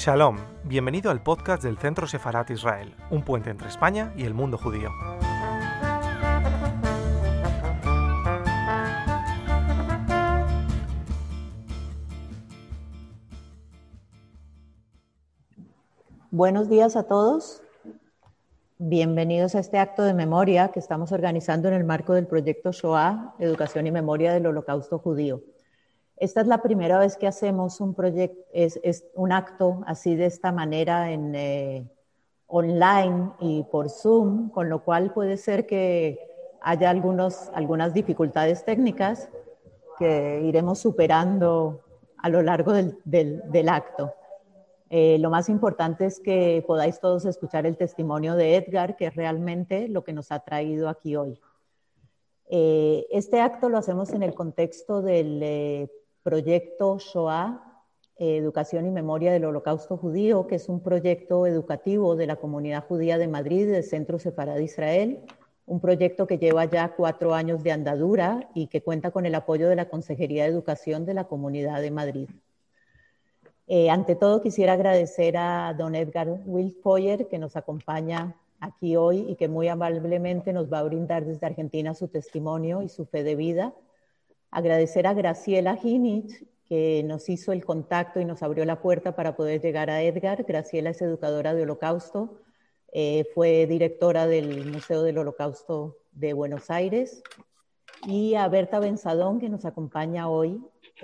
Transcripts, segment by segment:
Shalom, bienvenido al podcast del Centro Sefarat Israel, un puente entre España y el mundo judío. Buenos días a todos. Bienvenidos a este acto de memoria que estamos organizando en el marco del proyecto Shoah, Educación y Memoria del Holocausto Judío. Esta es la primera vez que hacemos un acto así de esta manera online y por Zoom, con lo cual puede ser que haya algunas dificultades técnicas que iremos superando a lo largo del acto. Lo más importante es que podáis todos escuchar el testimonio de Edgar, que es realmente lo que nos ha traído aquí hoy. Este acto lo hacemos en el contexto del proyecto Shoah, Educación y Memoria del Holocausto Judío, que es un proyecto educativo de la Comunidad Judía de Madrid, del Centro Sefarat Israel, un proyecto que lleva ya 4 años de andadura y que cuenta con el apoyo de la Consejería de Educación de la Comunidad de Madrid. Ante todo, quisiera agradecer a don Edgar Wildfeuer, que nos acompaña aquí hoy y que muy amablemente nos va a brindar desde Argentina su testimonio y su fe de vida. Agradecer a Graciela Hinich, que nos hizo el contacto y nos abrió la puerta para poder llegar a Edgar. Graciela es educadora de Holocausto, fue directora del Museo del Holocausto de Buenos Aires. Y a Berta Benzadón, que nos acompaña hoy,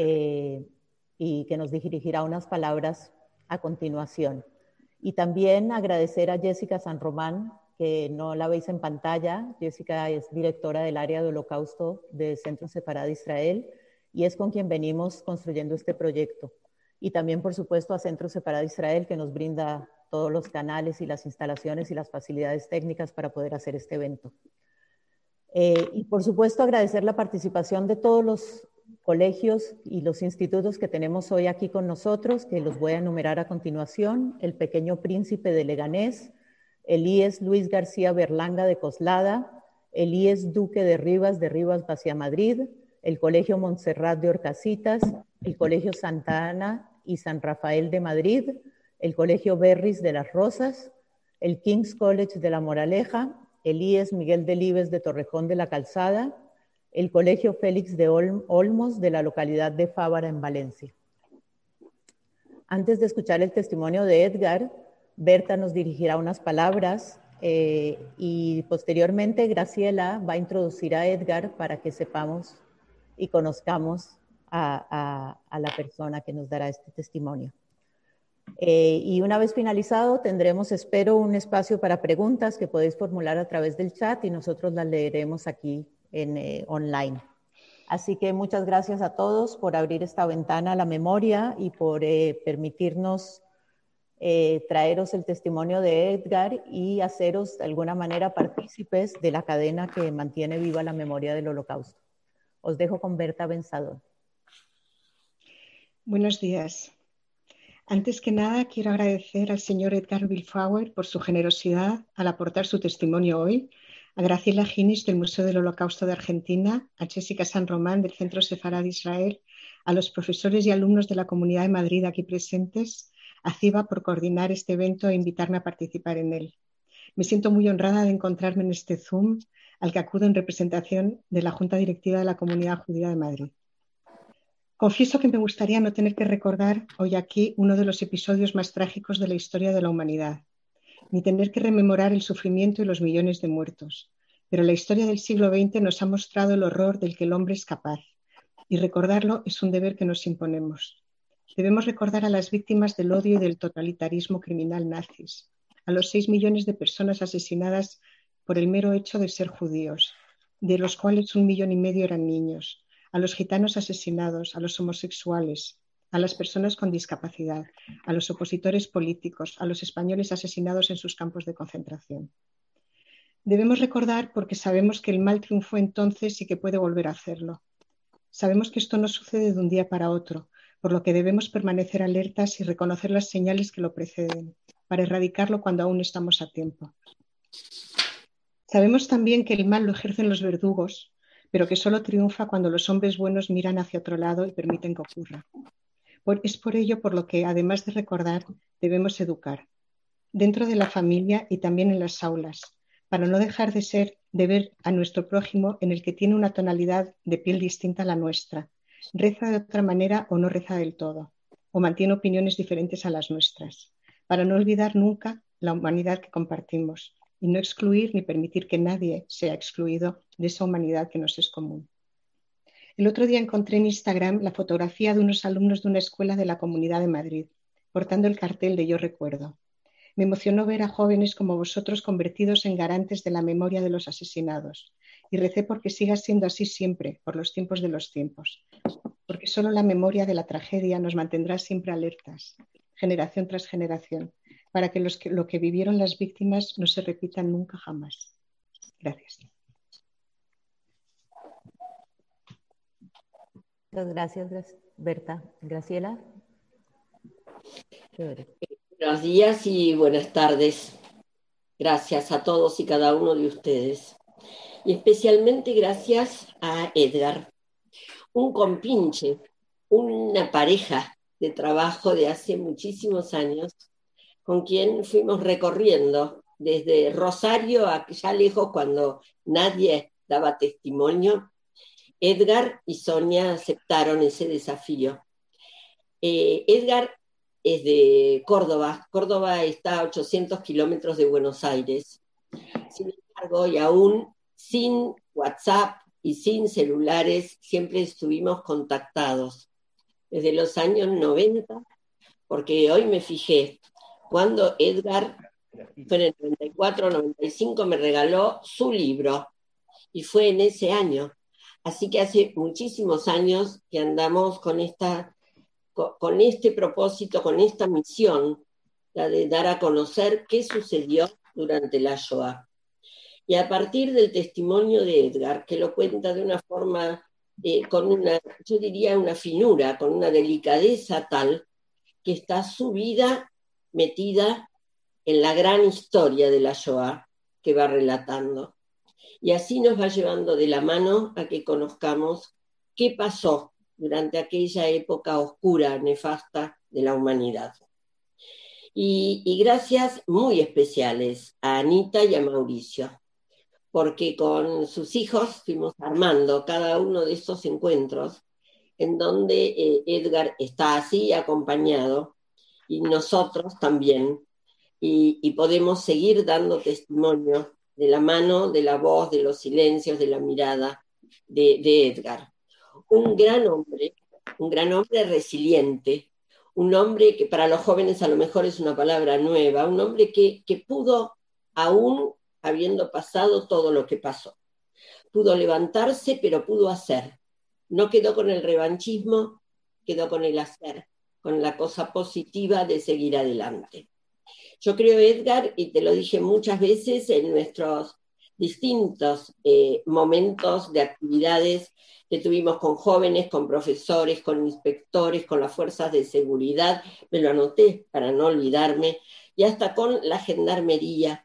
y que nos dirigirá unas palabras a continuación. Y también agradecer a Jessica San Román, que no la veis en pantalla. Jessica es directora del área de Holocausto del Centro Sefarat Israel y es con quien venimos construyendo este proyecto. Y también, por supuesto, a Centro Sefarat Israel, que nos brinda todos los canales y las instalaciones y las facilidades técnicas para poder hacer este evento. Y, por supuesto, agradecer la participación de todos los colegios y los institutos que tenemos hoy aquí con nosotros, que los voy a enumerar a continuación: el Pequeño Príncipe de Leganés, el IES Luis García Berlanga de Coslada, el IES Duque de Rivas hacia Madrid, el Colegio Montserrat de Orcasitas, el Colegio Santa Ana y San Rafael de Madrid, el Colegio Berris de Las Rosas, el King's College de La Moraleja, el IES Miguel Delibes de Torrejón de la Calzada, el Colegio Félix de Olmos de la localidad de Fávara en Valencia. Antes de escuchar el testimonio de Edgar, Berta nos dirigirá unas palabras y posteriormente Graciela va a introducir a Edgar para que sepamos y conozcamos a la persona que nos dará este testimonio. Y una vez finalizado tendremos, espero, un espacio para preguntas que podéis formular a través del chat y nosotros las leeremos aquí online. Así que muchas gracias a todos por abrir esta ventana a la memoria y por permitirnos traeros el testimonio de Edgar y haceros de alguna manera partícipes de la cadena que mantiene viva la memoria del Holocausto. Os dejo con Berta Benzadón. Buenos días. Antes que nada, quiero agradecer al señor Edgar Wildfeuer por su generosidad al aportar su testimonio hoy, a Graciela Hinich del Museo del Holocausto de Argentina, a Jessica San Román del Centro Sefarat Israel, a los profesores y alumnos de la Comunidad de Madrid aquí presentes, a CIBA por coordinar este evento e invitarme a participar en él. Me siento muy honrada de encontrarme en este Zoom al que acudo en representación de la Junta Directiva de la Comunidad Judía de Madrid. Confieso que me gustaría no tener que recordar hoy aquí uno de los episodios más trágicos de la historia de la humanidad, ni tener que rememorar el sufrimiento y los millones de muertos. Pero la historia del siglo XX nos ha mostrado el horror del que el hombre es capaz, y recordarlo es un deber que nos imponemos. Debemos recordar a las víctimas del odio y del totalitarismo criminal nazis, a los 6 millones de personas asesinadas por el mero hecho de ser judíos, de los cuales 1,5 millones eran niños, a los gitanos asesinados, a los homosexuales, a las personas con discapacidad, a los opositores políticos, a los españoles asesinados en sus campos de concentración. Debemos recordar porque sabemos que el mal triunfó entonces y que puede volver a hacerlo. Sabemos que esto no sucede de un día para otro, por lo que debemos permanecer alertas y reconocer las señales que lo preceden, para erradicarlo cuando aún estamos a tiempo. Sabemos también que el mal lo ejercen los verdugos, pero que solo triunfa cuando los hombres buenos miran hacia otro lado y permiten que ocurra. Es por ello por lo que, además de recordar, debemos educar, dentro de la familia y también en las aulas, para no dejar de ver a nuestro prójimo en el que tiene una tonalidad de piel distinta a la nuestra, reza de otra manera o no reza del todo, o mantiene opiniones diferentes a las nuestras, para no olvidar nunca la humanidad que compartimos y no excluir ni permitir que nadie sea excluido de esa humanidad que nos es común. El otro día encontré en Instagram la fotografía de unos alumnos de una escuela de la Comunidad de Madrid, portando el cartel de Yo recuerdo. Me emocionó ver a jóvenes como vosotros convertidos en garantes de la memoria de los asesinados y recé porque siga siendo así siempre, por los tiempos de los tiempos, porque solo la memoria de la tragedia nos mantendrá siempre alertas, generación tras generación, para que lo que vivieron las víctimas no se repitan nunca jamás. Gracias. Muchas gracias, Berta. Graciela. Buenos días y buenas tardes. Gracias a todos y cada uno de ustedes. Y especialmente gracias a Edgar, un compinche, una pareja de trabajo de hace muchísimos años, con quien fuimos recorriendo desde Rosario a allá lejos cuando nadie daba testimonio. Edgar y Sonia aceptaron ese desafío. Edgar es de Córdoba. Córdoba está a 800 kilómetros de Buenos Aires. Sin embargo, y aún sin WhatsApp y sin celulares, siempre estuvimos contactados. Desde los años 90, porque hoy me fijé, cuando Edgar, fue en el 94, 95, me regaló su libro, y fue en ese año. Así que hace muchísimos años que andamos con este propósito, con esta misión, la de dar a conocer qué sucedió durante la Shoah. Y a partir del testimonio de Edgar, que lo cuenta de una forma, con una, yo diría, una finura, con una delicadeza tal, que está su vida metida en la gran historia de la Shoah que va relatando. Y así nos va llevando de la mano a que conozcamos qué pasó durante aquella época oscura, nefasta de la humanidad. Y gracias muy especiales a Anita y a Mauricio, porque con sus hijos fuimos armando cada uno de estos encuentros en donde Edgar está así acompañado y nosotros también, y podemos seguir dando testimonio de la mano, de la voz, de los silencios, de la mirada de Edgar. Un gran hombre resiliente, un hombre que para los jóvenes a lo mejor es una palabra nueva, un hombre que pudo, aún habiendo pasado todo lo que pasó, pudo levantarse, pero pudo hacer. No quedó con el revanchismo, quedó con el hacer, con la cosa positiva de seguir adelante. Yo creo, Edgar, y te lo dije muchas veces en nuestros distintos momentos de actividades que tuvimos con jóvenes, con profesores, con inspectores, con las fuerzas de seguridad, me lo anoté para no olvidarme, y hasta con la gendarmería.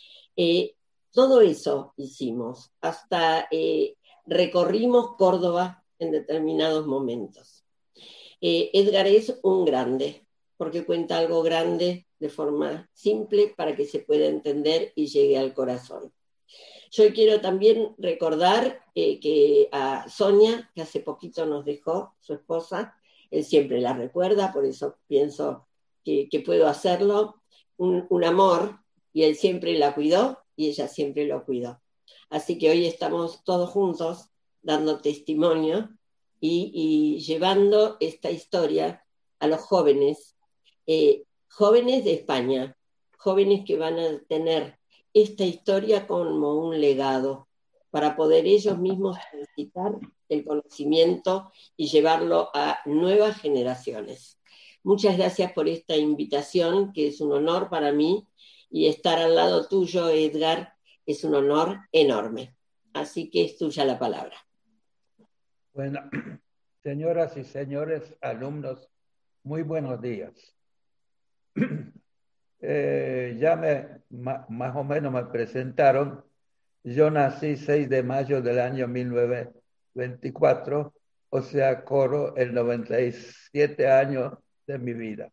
Todo eso hicimos, hasta recorrimos Córdoba en determinados momentos. Edgar es un grande, porque cuenta algo grande de forma simple para que se pueda entender y llegue al corazón. Yo quiero también recordar que a Sonia, que hace poquito nos dejó, su esposa, él siempre la recuerda, por eso pienso que puedo hacerlo, un amor, y él siempre la cuidó y ella siempre lo cuidó. Así que hoy estamos todos juntos dando testimonio y llevando esta historia a los jóvenes, jóvenes de España, jóvenes que van a tener esta historia como un legado para poder ellos mismos transitar el conocimiento y llevarlo a nuevas generaciones. Muchas gracias por esta invitación, que es un honor para mí, y estar al lado tuyo, Edgar, es un honor enorme. Así que es tuya la palabra. Bueno, señoras y señores alumnos, muy buenos días. Más o menos me presentaron. Yo nací 6 de mayo del año 1924, o sea, coro el 97 años de mi vida.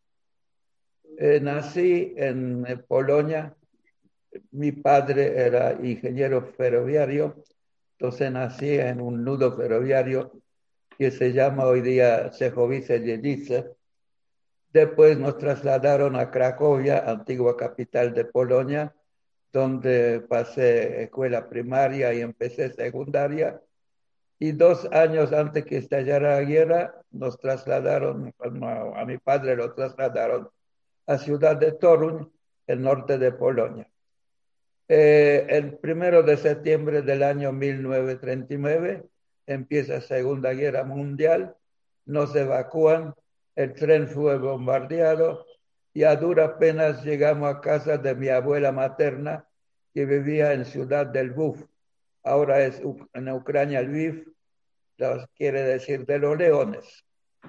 Nací en Polonia. Mi padre era ingeniero ferroviario, entonces nací en un nudo ferroviario que se llama hoy día Czechowice-Dziedzice. Después nos trasladaron a Cracovia, antigua capital de Polonia, donde pasé escuela primaria y empecé secundaria. Y 2 años antes que estallara la guerra, nos trasladaron, a mi padre lo trasladaron a ciudad de Toruń, el norte de Polonia. El 1 de septiembre del año 1939 empieza la Segunda Guerra Mundial, nos evacúan, el tren fue bombardeado y a duras penas llegamos a casa de mi abuela materna que vivía en ciudad de Lvov. Ahora es en Ucrania Lviv, quiere decir de los leones.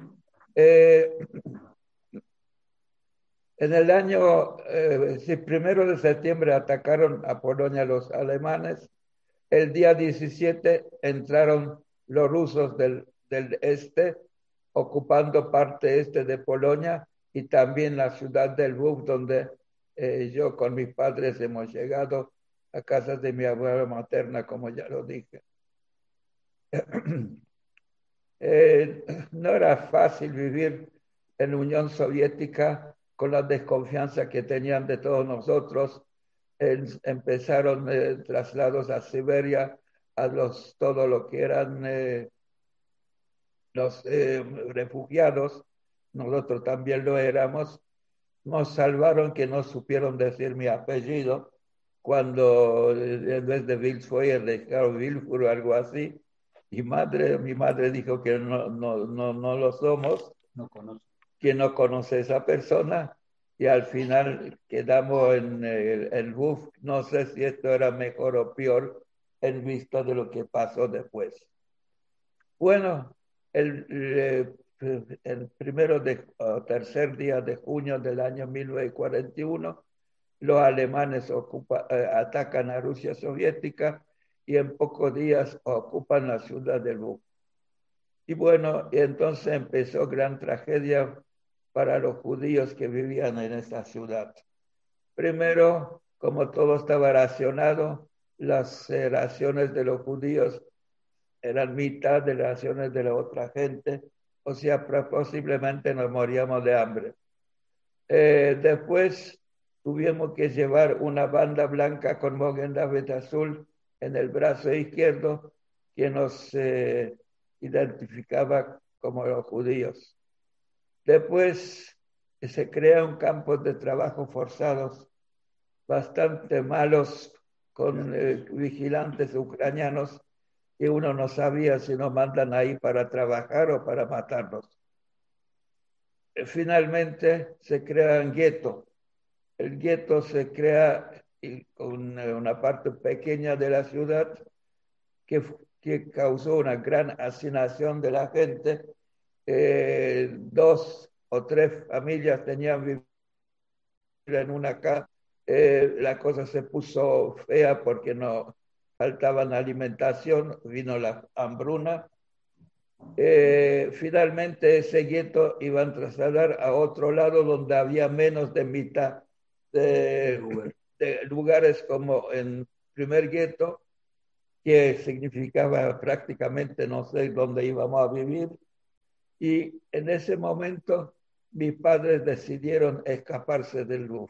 En el año 1 de septiembre atacaron a Polonia los alemanes. El día 17 entraron los rusos del este, ocupando parte este de Polonia y también la ciudad de Lvov, donde yo con mis padres hemos llegado a casa de mi abuela materna, como ya lo dije. No era fácil vivir en la Unión Soviética con la desconfianza que tenían de todos nosotros. Empezaron traslados a Siberia, todo lo que eran los refugiados. Nosotros también lo éramos. Nos salvaron que no supieron decir mi apellido, cuando en vez de Wilsfeuer dejaron Wilfur o algo así. Y mi madre dijo que no lo somos, que no conoce a esa persona, y al final quedamos en el BUF. No sé si esto era mejor o peor en vista de lo que pasó después. Bueno, el tercer día de junio del año 1941, los alemanes atacan a Rusia soviética y en pocos días ocupan la ciudad de Lvov. Y bueno, entonces empezó gran tragedia para los judíos que vivían en esa ciudad. Primero, como todo estaba racionado, las raciones de los judíos eran mitad de las raciones de la otra gente, o sea, posiblemente nos moríamos de hambre. Después tuvimos que llevar una banda blanca con Mogen David azul en el brazo izquierdo que nos identificaba como los judíos. Después se crea un campo de trabajo forzados bastante malos con vigilantes ucranianos que uno no sabía si nos mandan ahí para trabajar o para matarnos. Finalmente se crea un gueto. El gueto se crea con una parte pequeña de la ciudad que causó una gran hacinación de la gente. 2 o 3 familias tenían vivir en una casa. La cosa se puso fea porque no faltaban alimentación, vino la hambruna. Finalmente ese gueto iban a trasladar a otro lado donde había menos de mitad de lugares, como en primer gueto, que significaba prácticamente no sé dónde íbamos a vivir. Y en ese momento mis padres decidieron escaparse del Lvov,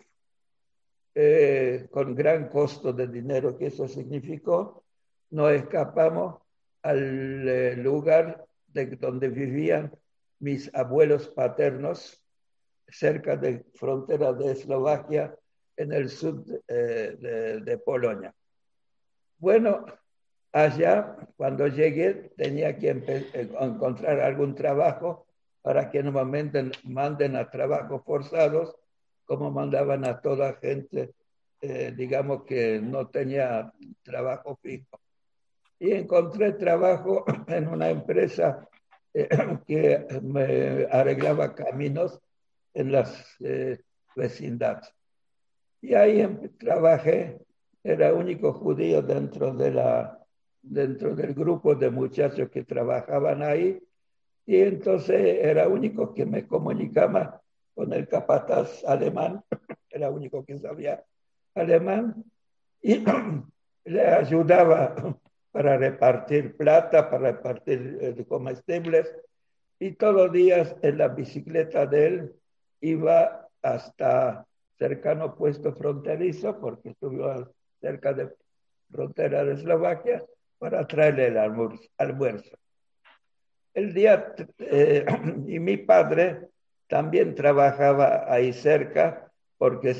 con gran costo de dinero que eso significó. Nos escapamos al lugar donde vivían mis abuelos paternos, cerca de frontera de Eslovaquia, en el sur de Polonia. Bueno, allá, cuando llegué, tenía que encontrar algún trabajo para que no me manden a trabajos forzados, como mandaban a toda gente, digamos que no tenía trabajo fijo. Y encontré trabajo en una empresa que me arreglaba caminos en las vecindades. Y ahí trabajé, era único judío dentro del grupo de muchachos que trabajaban ahí. Y entonces era único que me comunicaba con el capataz alemán, era único que sabía alemán, y le ayudaba para repartir plata, para repartir comestibles, y todos los días en la bicicleta de él iba hasta cercano puesto fronterizo, porque estuvo cerca de frontera de Eslovaquia, para traerle el almuerzo. El día, y mi padre también trabajaba ahí cerca porque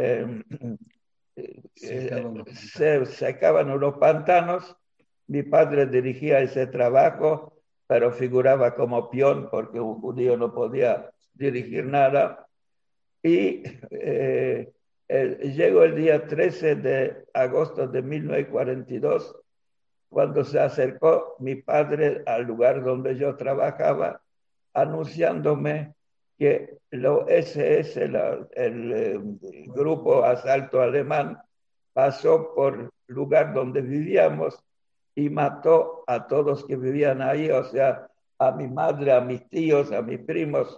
se secaban los pantanos. Mi padre dirigía ese trabajo, pero figuraba como peón porque un judío no podía dirigir nada. Y llegó el día 13 de agosto de 1942, cuando se acercó mi padre al lugar donde yo trabajaba, anunciándome que los SS, el grupo asalto alemán, pasó por el lugar donde vivíamos y mató a todos que vivían ahí, o sea, a mi madre, a mis tíos, a mis primos.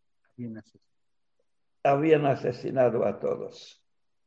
Habían asesinado a todos.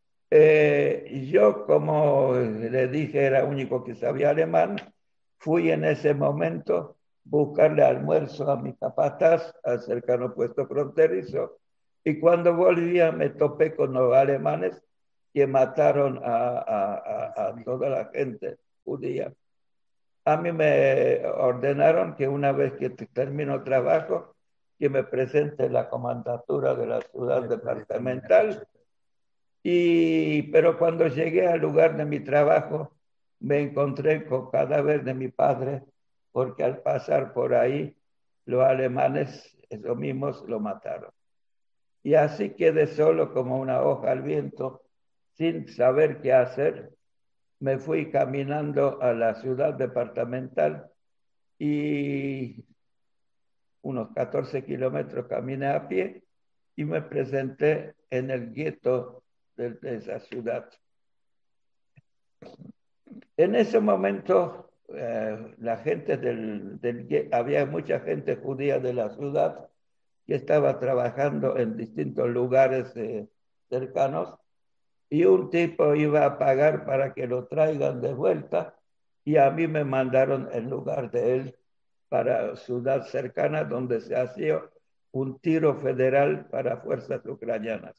Yo, como le dije, era el único que sabía alemán, fui en ese momento buscarle almuerzo a mi capataz al cercano puesto fronterizo, y cuando volvía me topé con los alemanes que mataron a toda la gente judía. A mí me ordenaron que una vez que termino el trabajo, que me presente en la comandatura de la ciudad departamental. Pero cuando llegué al lugar de mi trabajo, me encontré con cadáver de mi padre, porque al pasar por ahí, los alemanes, esos mismos, lo mataron. Y así quedé solo como una hoja al viento, sin saber qué hacer. Me fui caminando a la ciudad departamental y unos 14 kilómetros caminé a pie y me presenté en el gueto de esa ciudad. En ese momento, la gente había mucha gente judía de la ciudad que estaba trabajando en distintos lugares cercanos, y un tipo iba a pagar para que lo traigan de vuelta, y a mí me mandaron en lugar de él para ciudad cercana donde se hacía un tiro federal para fuerzas ucranianas.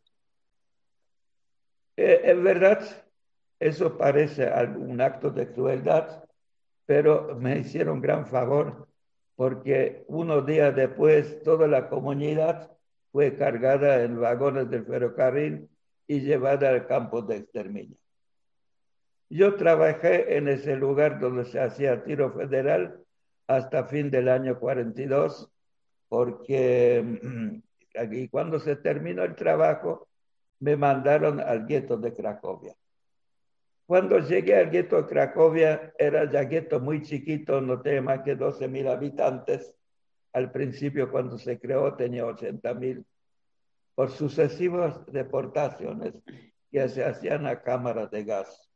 En verdad, eso parece un acto de crueldad, pero me hicieron gran favor, porque unos días después toda la comunidad fue cargada en vagones del ferrocarril y llevada al campo de exterminio. Yo trabajé en ese lugar donde se hacía tiro federal hasta fin del año 42, porque aquí, cuando se terminó el trabajo, me mandaron al gueto de Cracovia. Cuando llegué al gueto de Cracovia, era ya gueto muy chiquito, no tenía más que 12,000 habitantes. Al principio, cuando se creó, tenía 80,000, por sucesivas deportaciones que se hacían a cámaras de gas.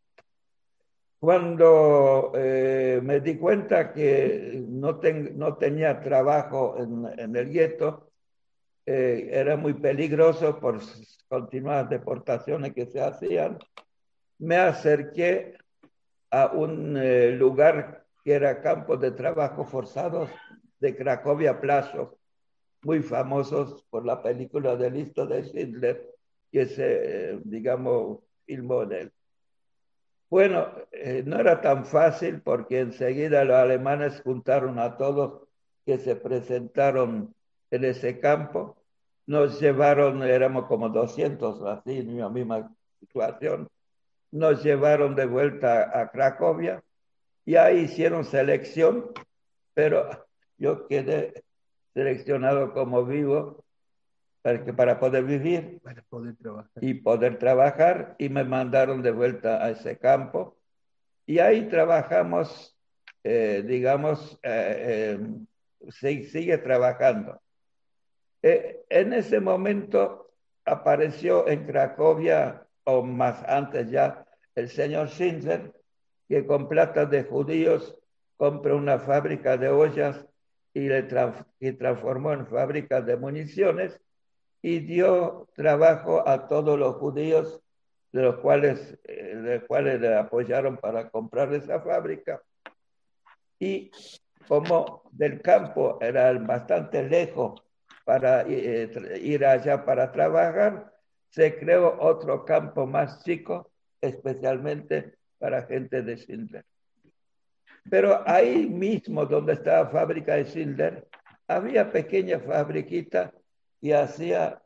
Cuando me di cuenta que no tenía trabajo en el gueto, era muy peligroso por continuas deportaciones que se hacían, me acerqué a un lugar que era campo de trabajo forzados de Cracovia Plaszów, muy famosos por la película de Lista de Schindler que se, digamos, filmó en él. Bueno, no era tan fácil, porque enseguida los alemanes juntaron a todos que se presentaron en ese campo. Nos llevaron, éramos como 200, así, en la misma situación. Nos llevaron de vuelta a Cracovia y ahí hicieron selección, pero yo quedé seleccionado como vivo para poder vivir, para poder trabajar. Y poder trabajar, y me mandaron de vuelta a ese campo y ahí trabajamos, sigue trabajando. En ese momento apareció en Cracovia, o más antes ya, el señor Schindler, que con plata de judíos compra una fábrica de ollas y transformó en fábricas de municiones y dio trabajo a todos los judíos, de los cuales le apoyaron para comprar esa fábrica. Y como del campo era bastante lejos para ir allá para trabajar, se creó otro campo más chico, especialmente para gente de Schindler. Pero ahí mismo donde estaba la fábrica de Schindler, había pequeña fabriquita y hacía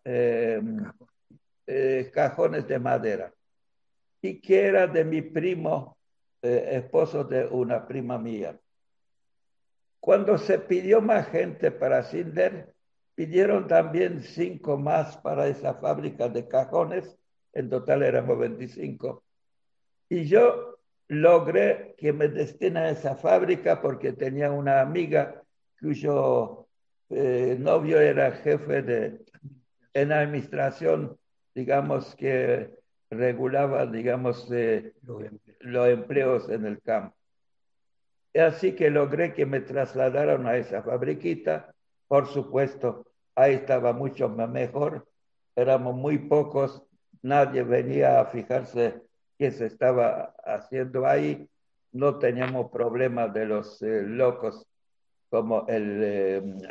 cajones de madera. Y que era de mi primo, esposo de una prima mía. Cuando se pidió más gente para Schindler, pidieron también 5 más para esa fábrica de cajones. En total éramos 25. Y yo logré que me destinen a esa fábrica porque tenía una amiga cuyo novio era jefe en administración, digamos, que regulaba, digamos, los empleos en el campo. Así que logré que me trasladaran a esa fabriquita. Por supuesto, ahí estaba mucho mejor. Éramos muy pocos. Nadie venía a fijarse qué se estaba haciendo ahí. No teníamos problemas de los locos como el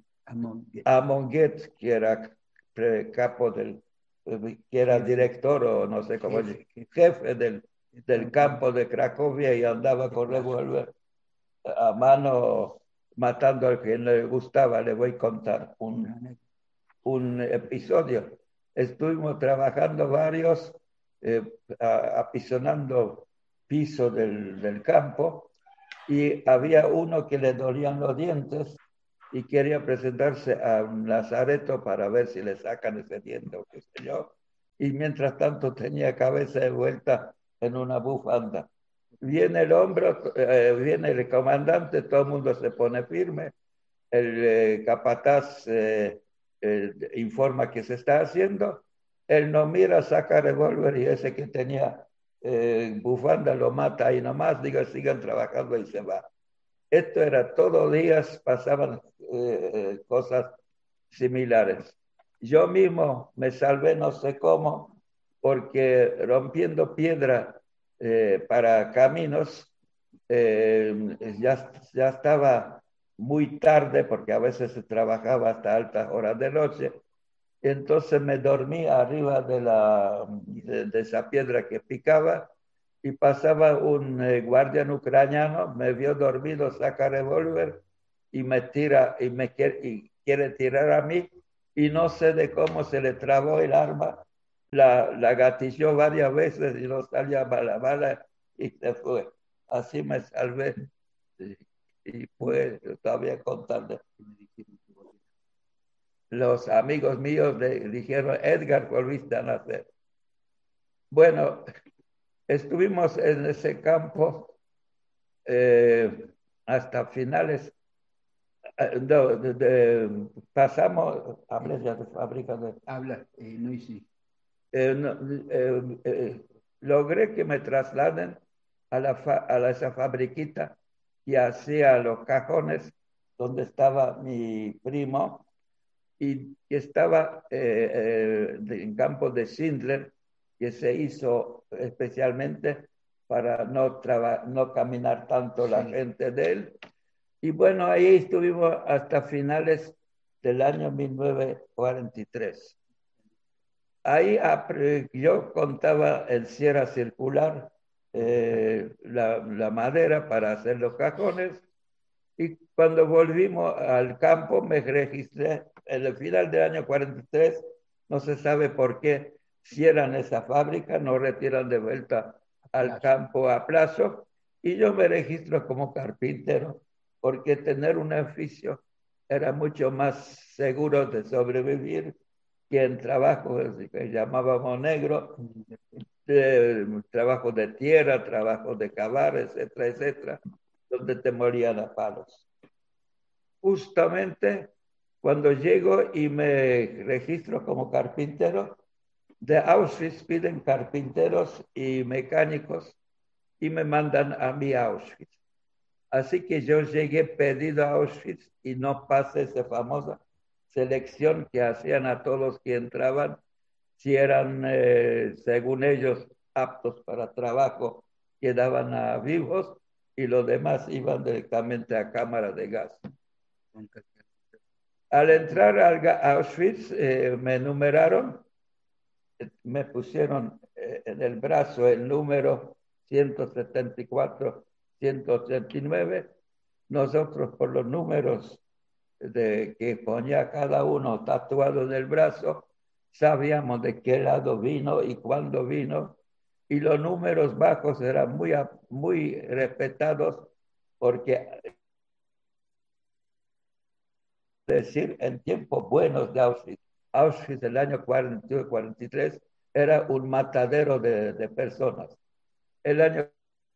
Amonguet, que era capo que era director o no sé cómo, jefe del campo de Cracovia y andaba con revólver a mano matando al que le gustaba. Le voy a contar un episodio. Estuvimos trabajando varios, apisonando piso del campo, y había uno que le dolían los dientes y quería presentarse a un lazareto para ver si le sacan ese diente o qué sé yo. Y mientras tanto tenía cabeza de vuelta en una bufanda. Viene el hombre, viene el comandante, todo el mundo se pone firme. El capataz informa que se está haciendo. Él no mira, saca revólver y ese que tenía bufanda lo mata ahí nomás. Digo, sigan trabajando y se va. Esto era todos los días, pasaban cosas similares. Yo mismo me salvé, no sé cómo, porque rompiendo piedra para caminos, ya estaba muy tarde, porque a veces se trabajaba hasta altas horas de noche. Entonces me dormí arriba de esa piedra que picaba, y pasaba un guardián ucraniano, me vio dormido, saca revólver y me tira y quiere tirar a mí, y no sé de cómo se le trabó el arma, la gatilló varias veces y no salía la bala y se fue. Así me salvé. Y pues todavía contando. Los amigos míos dijeron, Edgar, volviste a nacer. Bueno, estuvimos en ese campo hasta finales. Pasamos, hablé ya de fábrica de... Habla, no hice. Logré que me trasladen a esa fabriquita y hacía los cajones donde estaba mi primo, y estaba en campo de Schindler, que se hizo especialmente para no caminar tanto la gente de él. Y bueno, ahí estuvimos hasta finales del año 1943. Ahí yo contaba en sierra circular la madera para hacer los cajones, y cuando volvimos al campo me registré. En el final del año 43, no se sabe por qué cierran esa fábrica, no retiran de vuelta al campo a plazo, y yo me registro como carpintero, porque tener un oficio era mucho más seguro de sobrevivir que en trabajo que llamábamos negro, trabajo de tierra, trabajo de cavar, etcétera, etcétera, donde te morían a palos. Justamente cuando llego y me registro como carpintero, de Auschwitz piden carpinteros y mecánicos y me mandan a mí a Auschwitz. Así que yo llegué pedido a Auschwitz y no pasé esa famosa selección que hacían a todos los que entraban, si eran, según ellos, aptos para trabajo, quedaban vivos y los demás iban directamente a cámara de gas. Al entrar a Auschwitz, me numeraron, me pusieron en el brazo el número 174, 189. Nosotros, por los números que ponía cada uno tatuado en el brazo, sabíamos de qué lado vino y cuándo vino, y los números bajos eran muy respetados porque, decir, en tiempos buenos de Auschwitz, Auschwitz del año 42 43 era un matadero de personas. El año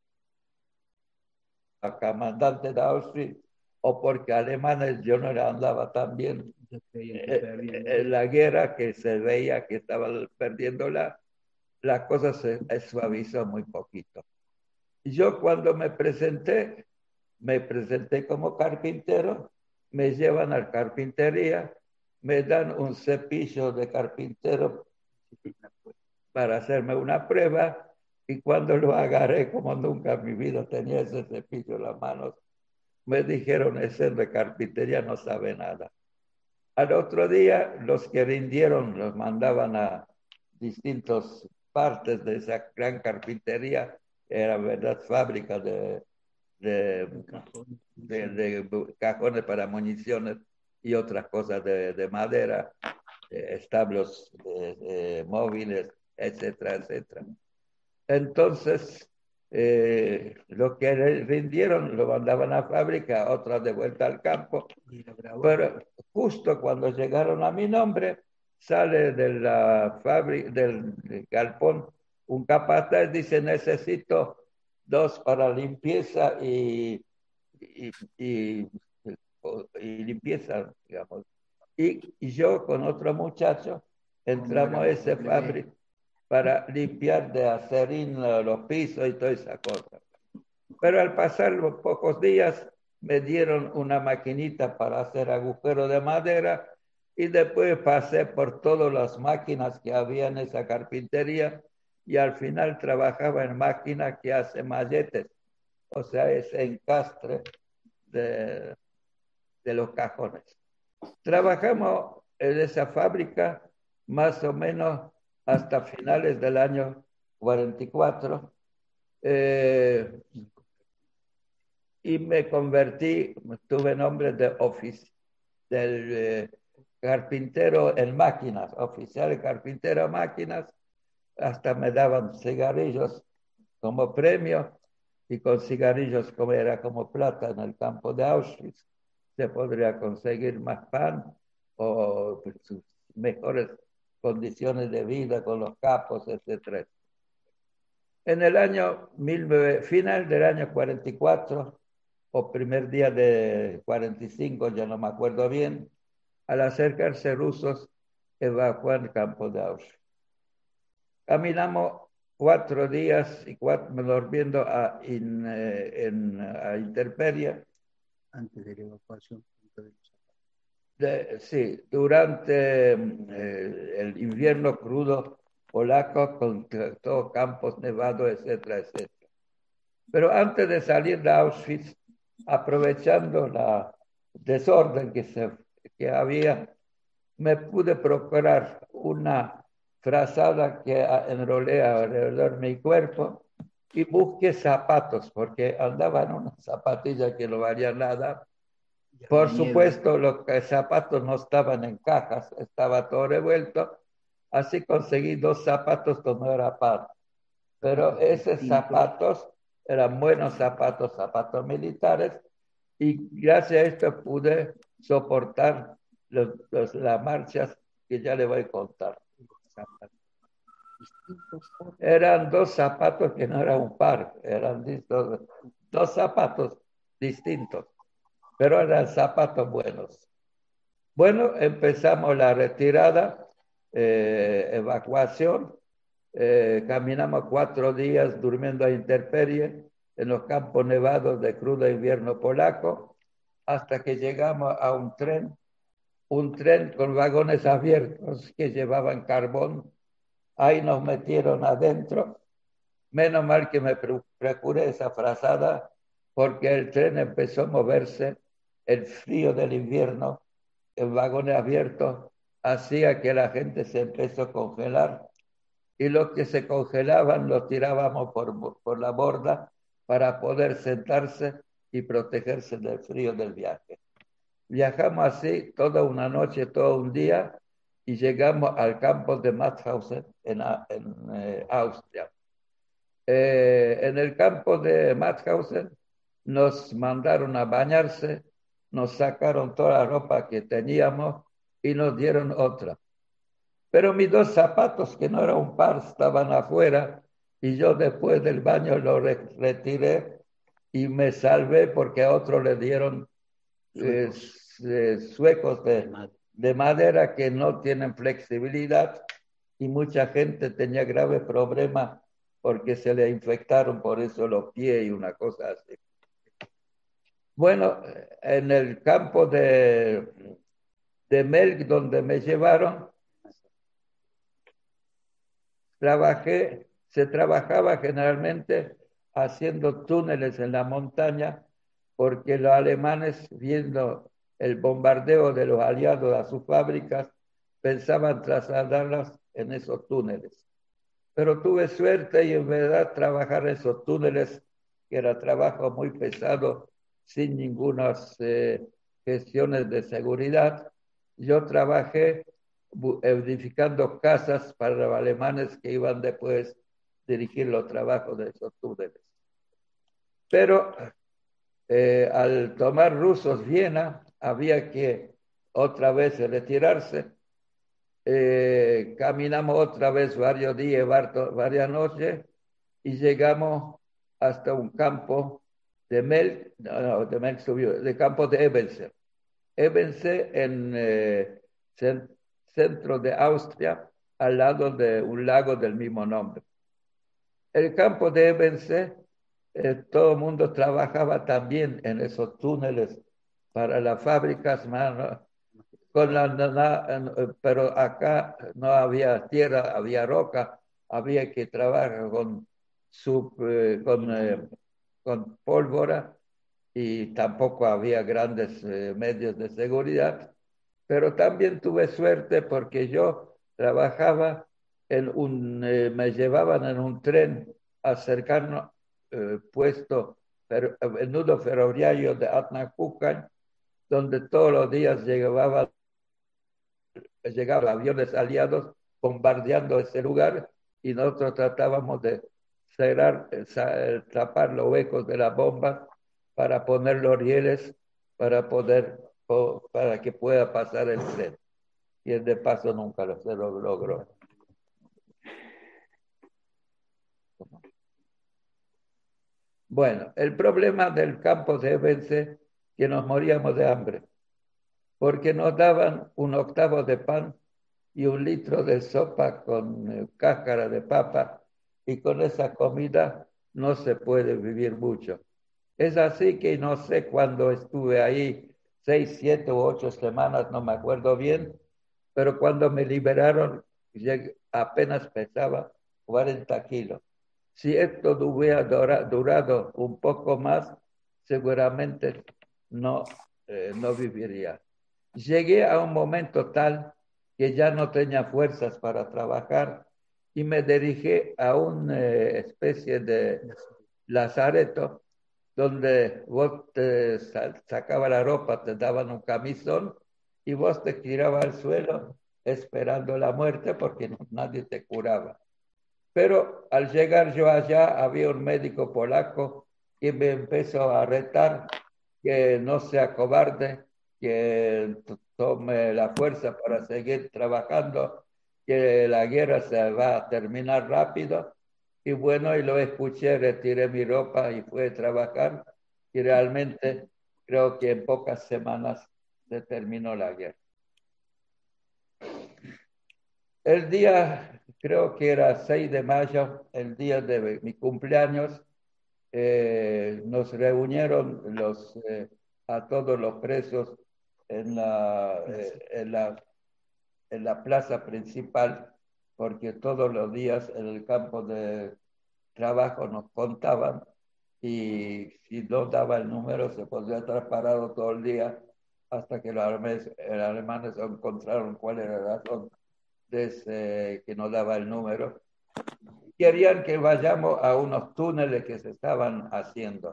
comandante de Auschwitz, o porque alemanes yo no andaba tan bien en la guerra, que se veía que estaban perdiendo la cosa se suavizó muy poquito. Yo cuando me presenté como carpintero, me llevan a la carpintería, me dan un cepillo de carpintero para hacerme una prueba, y cuando lo agarré, como nunca en mi vida tenía ese cepillo en las manos, me dijeron, ese de carpintería no sabe nada. Al otro día, los que rindieron los mandaban a distintas partes de esa gran carpintería, era verdad fábrica de cajones para municiones y otras cosas de madera, establos móviles, etcétera, etcétera. Entonces, lo que rindieron lo mandaban a fábrica, otras de vuelta al campo. Pero justo cuando llegaron a mi nombre, sale de la fábrica, del galpón, un capataz, dice, necesito 2 para limpieza y limpieza, digamos. Y yo con otro muchacho entramos a esa fábrica para limpiar de acerrín los pisos y toda esa cosa. Pero al pasar los pocos días me dieron una maquinita para hacer agujeros de madera, y después pasé por todas las máquinas que había en esa carpintería, y al final trabajaba en máquinas que hace malletes, o sea, ese encastre de los cajones. Trabajamos en esa fábrica más o menos hasta finales del año 44, y me convertí, tuve nombre de del carpintero en máquinas, oficial carpintero en máquinas, hasta me daban cigarrillos como premio, y con cigarrillos como era como plata en el campo de Auschwitz, se podría conseguir más pan o sus mejores condiciones de vida con los capos, etc. En el año final del año 44 o primer día de 45, ya no me acuerdo bien, al acercarse rusos, evacuaron el campo de Auschwitz. Caminamos 4 días y durmiendo a intemperie. Antes de la evacuación. Sí, durante el invierno crudo polaco, con todos campos nevados, etcétera, etcétera. Pero antes de salir de Auschwitz, aprovechando la desorden que había, me pude procurar una frazada que enrolé alrededor de mi cuerpo, y busqué zapatos, porque andaban unas zapatillas que no valían nada. Por supuesto, los zapatos no estaban en cajas, estaba todo revuelto. Así conseguí 2 zapatos que no era par. Pero esos zapatos eran buenos zapatos militares, y gracias a esto pude soportar las marchas que ya le voy a contar. Eran 2 zapatos que no eran un par, eran 2 zapatos distintos, pero eran zapatos buenos. Bueno, empezamos la retirada, evacuación, caminamos 4 días durmiendo a intemperie, en los campos nevados de crudo invierno polaco, hasta que llegamos a un tren con vagones abiertos que llevaban carbón. Ahí nos metieron adentro. Menos mal que me procuré esa frazada, porque el tren empezó a moverse, el frío del invierno, en vagones abiertos, hacía que la gente se empezó a congelar, y los que se congelaban los tirábamos por la borda para poder sentarse y protegerse del frío del viaje. Viajamos así toda una noche, todo un día, y llegamos al campo de Mauthausen en Austria. En el campo de Mauthausen nos mandaron a bañarse, nos sacaron toda la ropa que teníamos y nos dieron otra. Pero mis dos zapatos, que no era un par, estaban afuera, y yo después del baño los retiré y me salvé, porque a otro le dieron suecos de madera que no tienen flexibilidad, y mucha gente tenía graves problemas porque se le infectaron por eso los pies y una cosa así. Bueno, en el campo de Melk, donde me llevaron, se trabajaba generalmente haciendo túneles en la montaña, porque los alemanes, viendo el bombardeo de los aliados a sus fábricas, pensaban trasladarlas en esos túneles. Pero tuve suerte, y en verdad trabajar en esos túneles, que era trabajo muy pesado, sin ninguna gestiones de seguridad. Yo trabajé edificando casas para los alemanes que iban después a dirigir los trabajos de esos túneles. Pero al tomar rusos Viena, había que otra vez retirarse. Caminamos otra vez varios días, varias noches, y llegamos hasta un campo de Melk, de Melk subió, de campo de Ebense. Ebense en centro de Austria, al lado de un lago del mismo nombre. El campo de Ebense, todo el mundo trabajaba también en esos túneles para las fábricas, pero acá no había tierra, había roca, había que trabajar con pólvora, y tampoco había grandes medios de seguridad. Pero también tuve suerte, porque yo trabajaba me llevaban en un tren a cercano puesto, el nudo ferroviario de Atnacucan, donde todos los días llegaban aviones aliados bombardeando ese lugar, y nosotros tratábamos de tapar los huecos de las bombas para poner los rieles para que pueda pasar el tren. Y el de paso nunca se lo logró. Bueno, el problema del campo de Ebense, que nos moríamos de hambre, porque nos daban un octavo de pan y un litro de sopa con cáscara de papa, y con esa comida no se puede vivir mucho. Es así que no sé cuándo estuve ahí, 6, 7 u 8 semanas, no me acuerdo bien, pero cuando me liberaron apenas pesaba 40 kilos. Si esto hubiera durado un poco más, seguramente no viviría. Llegué a un momento tal que ya no tenía fuerzas para trabajar, y me dirigí a una especie de lazareto, donde vos te sacabas la ropa, te daban un camisón, y vos te tirabas al suelo esperando la muerte, porque nadie te curaba. Pero al llegar yo allá, había un médico polaco que me empezó a retar que no sea cobarde, que tome la fuerza para seguir trabajando, que la guerra se va a terminar rápido. Y bueno, y lo escuché, retiré mi ropa y fui a trabajar, y realmente creo que en pocas semanas se terminó la guerra. El día, creo que era 6 de mayo, el día de mi cumpleaños, nos reunieron a todos los presos en la plaza principal, porque todos los días en el campo de trabajo nos contaban y si no daba el número se podía estar parado todo el día hasta que los alemanes encontraron cuál era la razón de que no daba el número. Querían que vayamos a unos túneles que se estaban haciendo.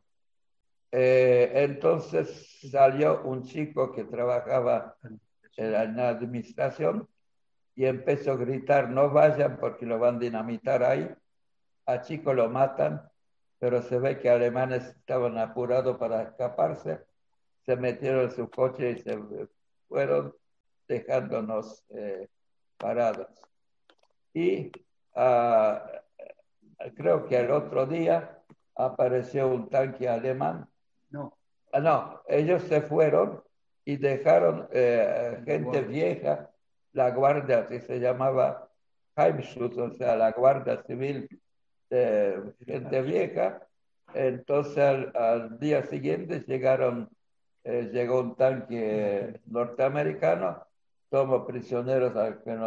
Entonces salió un chico que trabajaba en la administración y empezó a gritar: no vayan porque lo van a dinamitar ahí. A chico lo matan, pero se ve que alemanes estaban apurados para escaparse, se metieron en su coche y se fueron dejándonos parados. Y creo que el otro día apareció un tanque alemán. No, ellos se fueron y dejaron gente vieja, la guardia, así se llamaba Heimschutz, o sea, la guardia civil de gente vieja. Entonces al día siguiente llegó un tanque norteamericano, tomó prisioneros a que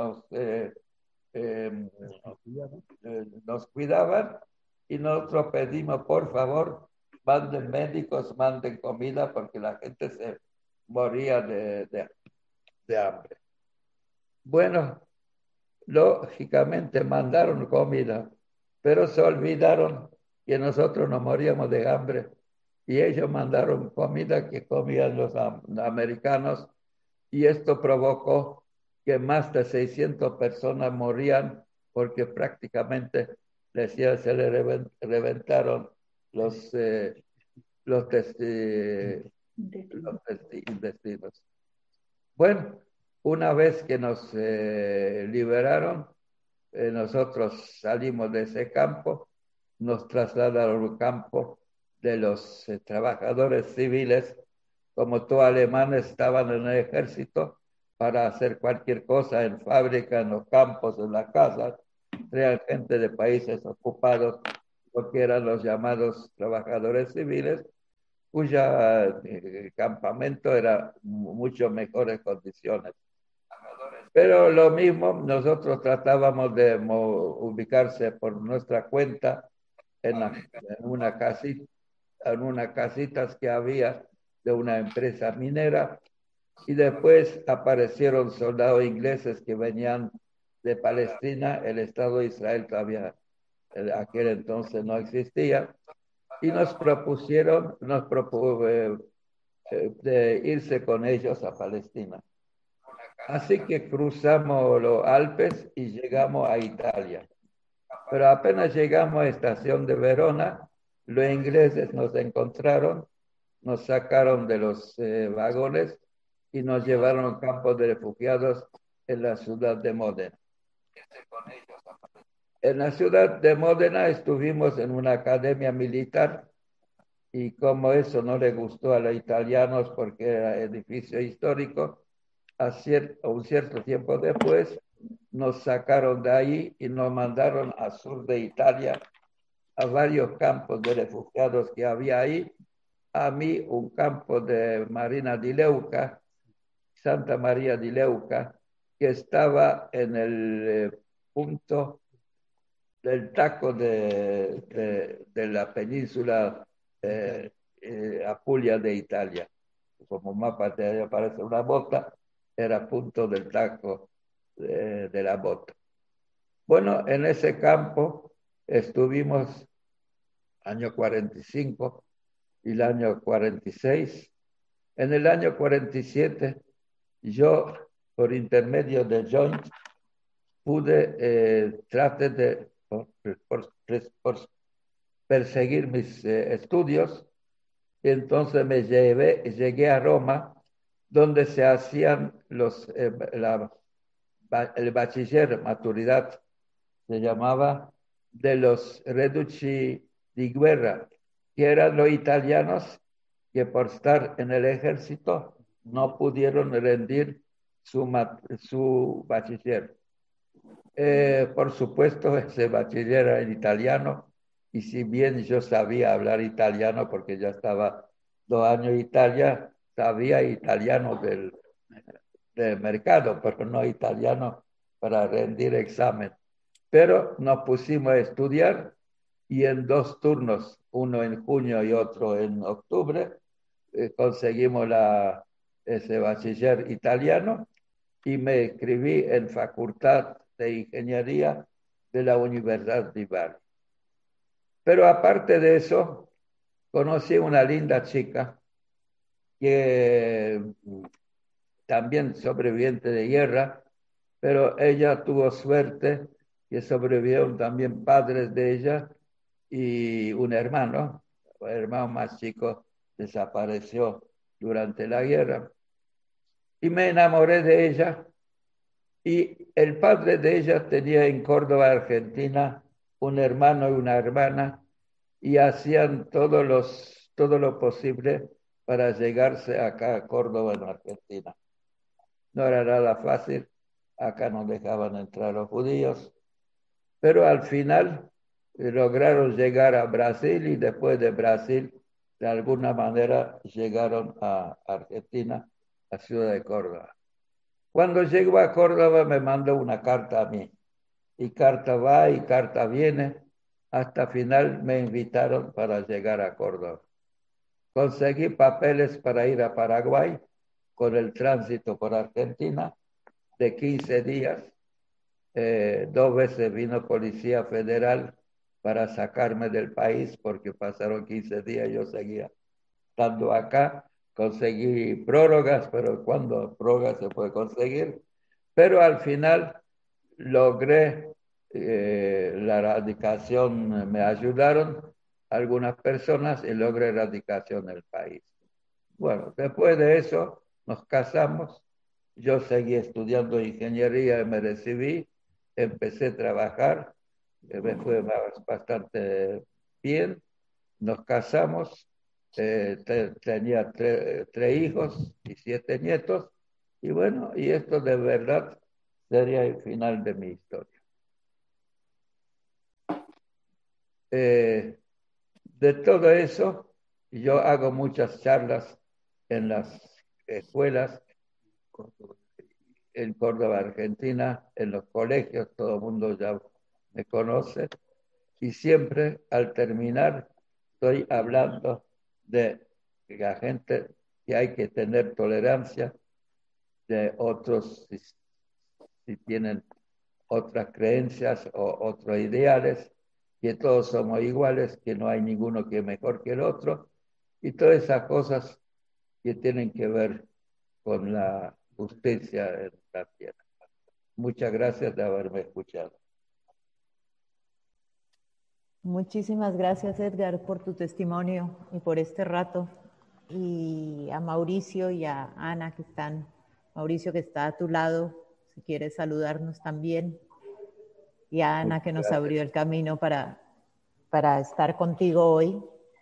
nos cuidaban y nosotros pedimos, por favor, manden médicos, manden comida, porque la gente se moría de hambre. Bueno, lógicamente mandaron comida, pero se olvidaron que nosotros nos moríamos de hambre y ellos mandaron comida que comían los americanos y esto provocó que más de 600 personas morían porque prácticamente se le reventaron los intestinos. Bueno, una vez que nos liberaron, nosotros salimos de ese campo, nos trasladaron al campo de los trabajadores civiles. Como todos alemanes estaban en el ejército para hacer cualquier cosa en fábrica, en los campos, en las casas, traían gente de países ocupados, porque eran los llamados trabajadores civiles, cuya campamento era mucho mejores condiciones. Pero lo mismo, nosotros tratábamos de ubicarse por nuestra cuenta en una casitas que había de una empresa minera, y después aparecieron soldados ingleses que venían de Palestina. El Estado de Israel todavía en aquel entonces no existía, y nos propusieron de irse con ellos a Palestina. Así que cruzamos los Alpes y llegamos a Italia. Pero apenas llegamos a estación de Verona, los ingleses nos encontraron, nos sacaron de los vagones y nos llevaron a campos de refugiados en la ciudad de Módena. En la ciudad de Módena estuvimos en una academia militar, y como eso no le gustó a los italianos porque era edificio histórico, un cierto tiempo después nos sacaron de ahí y nos mandaron al sur de Italia, a varios campos de refugiados que había ahí. A mí un campo de Marina di Leuca, Santa María di Leuca, que estaba en el punto del taco de la península Apulia de Italia. Como mapa te aparece una bota, era punto del taco de la bota. Bueno, en ese campo estuvimos año 45 y el año 46. En el año 47, yo, por intermedio de Joint, pude tratar de por perseguir mis estudios, y entonces llegué a Roma, donde se hacían el bachiller, maturidad, se llamaba, de los reduci di guerra, que eran los italianos que por estar en el ejército no pudieron rendir su bachiller. Por supuesto, ese bachiller era en italiano, y si bien yo sabía hablar italiano porque ya estaba 2 años en Italia, sabía italiano del mercado, pero no italiano para rendir examen. Pero nos pusimos a estudiar y en 2 turnos, uno en junio y otro en octubre, conseguimos ese bachiller italiano y me inscribí en Facultad de Ingeniería de la Universidad de Bari. Pero aparte de eso, conocí una linda chica que también sobreviviente de guerra, pero ella tuvo suerte que sobrevivieron también padres de ella y un hermano. El hermano más chico desapareció durante la guerra. Y me enamoré de ella y el padre de ella tenía en Córdoba, Argentina, un hermano y una hermana y hacían todo lo posible para llegarse acá a Córdoba, en Argentina. No era nada fácil, acá no dejaban entrar los judíos, pero al final lograron llegar a Brasil y después de Brasil, de alguna manera, llegaron a Argentina, a Ciudad de Córdoba. Cuando llegó a Córdoba me mandó una carta a mí, y carta va y carta viene, hasta final me invitaron para llegar a Córdoba. Conseguí papeles para ir a Paraguay con el tránsito por Argentina de 15 días. 2 veces vino Policía Federal para sacarme del país porque pasaron 15 días y yo seguía estando acá. Conseguí prórrogas, pero cuando prórroga se puede conseguir. Pero al final logré la radicación, me ayudaron algunas personas y logré radicación del país. Bueno, después de eso nos casamos, yo seguí estudiando ingeniería y me recibí, empecé a trabajar, me fue bastante bien, nos casamos, tenía 3 hijos y 7 nietos, y bueno, y esto de verdad sería el final de mi historia. De todo eso, yo hago muchas charlas en las escuelas en Córdoba, Argentina, en los colegios, todo el mundo ya me conoce, y siempre al terminar estoy hablando de la gente que hay que tener tolerancia, de otros si tienen otras creencias o otros ideales, que todos somos iguales, que no hay ninguno que es mejor que el otro, y todas esas cosas que tienen que ver con la justicia en la tierra. Muchas gracias de haberme escuchado. Muchísimas gracias, Edgar, por tu testimonio y por este rato. Y a Mauricio y a Ana que están, Mauricio que está a tu lado, si quieres saludarnos también. Y a Ana que nos abrió el camino para estar contigo hoy.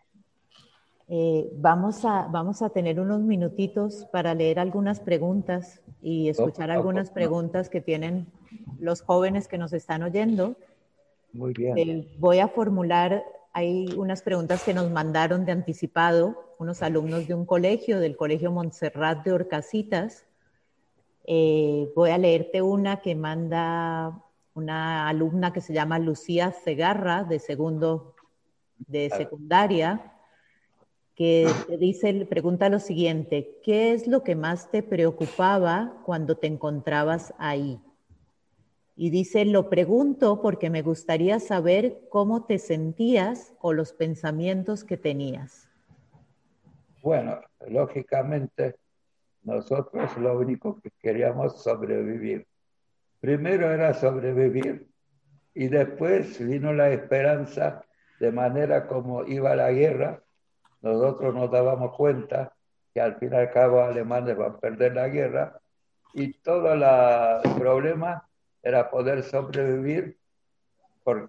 Vamos a tener unos minutitos para leer algunas preguntas y escuchar algunas preguntas que tienen los jóvenes que nos están oyendo. Muy bien. Voy a formular, hay unas preguntas que nos mandaron de anticipado unos alumnos de un colegio, del Colegio Montserrat de Horcasitas. Voy a leerte una que manda una alumna que se llama Lucía Segarra, de segundo de secundaria, que te dice, pregunta lo siguiente: ¿qué es lo que más te preocupaba cuando te encontrabas ahí? Y dice, lo pregunto porque me gustaría saber cómo te sentías o los pensamientos que tenías. Bueno, lógicamente nosotros lo único que queríamos sobrevivir. Primero era sobrevivir y después vino la esperanza, de manera como iba la guerra. Nosotros nos dábamos cuenta que al fin y al cabo alemanes van a perder la guerra y todo el problema era poder sobrevivir porque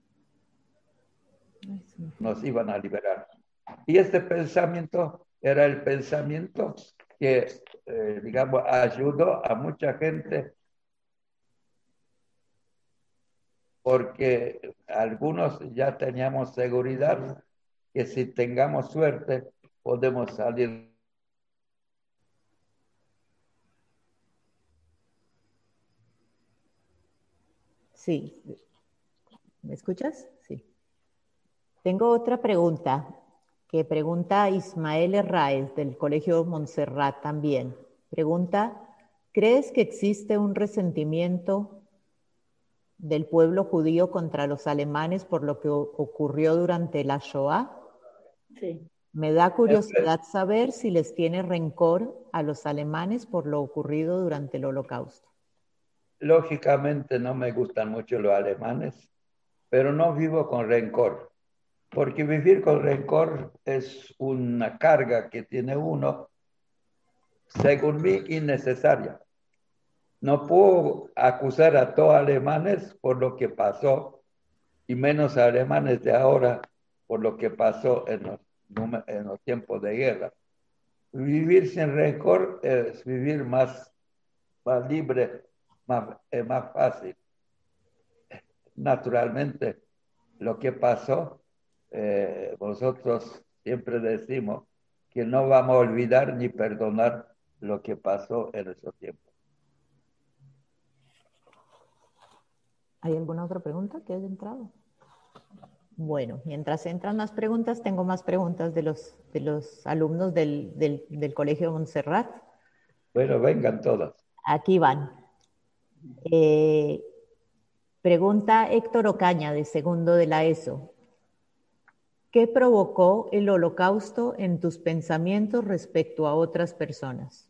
nos iban a liberar. Y este pensamiento era el pensamiento que, digamos, ayudó a mucha gente porque algunos ya teníamos seguridad que si tengamos suerte podemos salir. Sí, ¿me escuchas? Sí. Tengo otra pregunta que pregunta Ismael Herráez del Colegio Montserrat también. Pregunta, ¿crees que existe un resentimiento del pueblo judío contra los alemanes por lo que ocurrió durante la Shoah? Sí. Me da curiosidad saber si les tiene rencor a los alemanes por lo ocurrido durante el Holocausto. Lógicamente no me gustan mucho los alemanes, pero no vivo con rencor, porque vivir con rencor es una carga que tiene uno, según mí, innecesaria. No puedo acusar a todos alemanes por lo que pasó, y menos a alemanes de ahora por lo que pasó en los tiempos de guerra. Vivir sin rencor es vivir más libre, más fácil. Naturalmente, lo que pasó, nosotros siempre decimos que no vamos a olvidar ni perdonar lo que pasó en esos tiempos. ¿Hay alguna otra pregunta que haya entrado? Bueno, mientras entran más preguntas, tengo más preguntas de los alumnos del Colegio Montserrat. Bueno, vengan todas. Aquí van. Pregunta Héctor Ocaña, de segundo de la ESO. ¿Qué provocó el Holocausto en tus pensamientos respecto a otras personas?